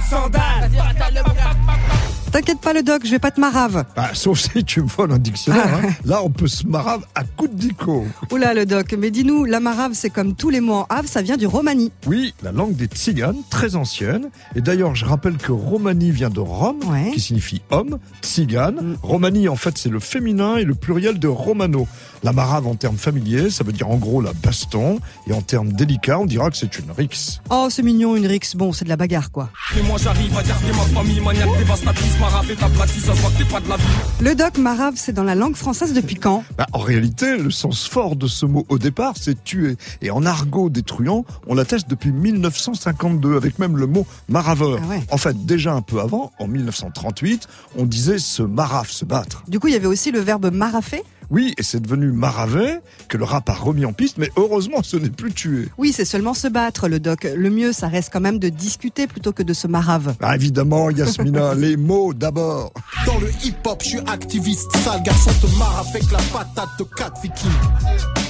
sandales. T'inquiète pas le doc, je vais pas te marave. Sauf si tu me voles un dictionnaire. Là, on peut se marave à coups de dico. Oula le doc, mais dis-nous, la marave c'est comme tous les mots en ave, ça vient du romani. Oui, la langue des tziganes, très ancienne. Et d'ailleurs, je rappelle que romani vient de Rom, qui signifie homme, tzigane. Romani, en fait, c'est le féminin et le pluriel de romano. La marave, en termes familiers, ça veut dire en gros la baston. Et en termes délicats, on dira que c'est une rixe. Oh, c'est mignon une rixe, bon, c'est de la bagarre quoi. Et moi j'arrive à garder ma famille, maniaque dévastatrice, marave et aplati, ça se voit que t'es pas de la vie. Le doc, marave, c'est dans la langue française depuis quand ? En réalité, le sens fort de ce mot au départ, c'est tuer. Et en argot des truands, on l'atteste depuis 1952, avec même le mot maraveur. En fait, déjà un peu avant, en 1938, on disait se marave, se battre. Du coup, il y avait aussi le verbe marafer ? Oui, et c'est devenu maraver que le rap a remis en piste, mais heureusement, ce n'est plus tuer. Oui, c'est seulement se battre, le doc. Le mieux, ça reste quand même de discuter plutôt que de se marave. Évidemment, Yasmina, les mots d'abord. Dans le hip-hop, je suis activiste, sale garçon te marre avec la patate de 4 vikings.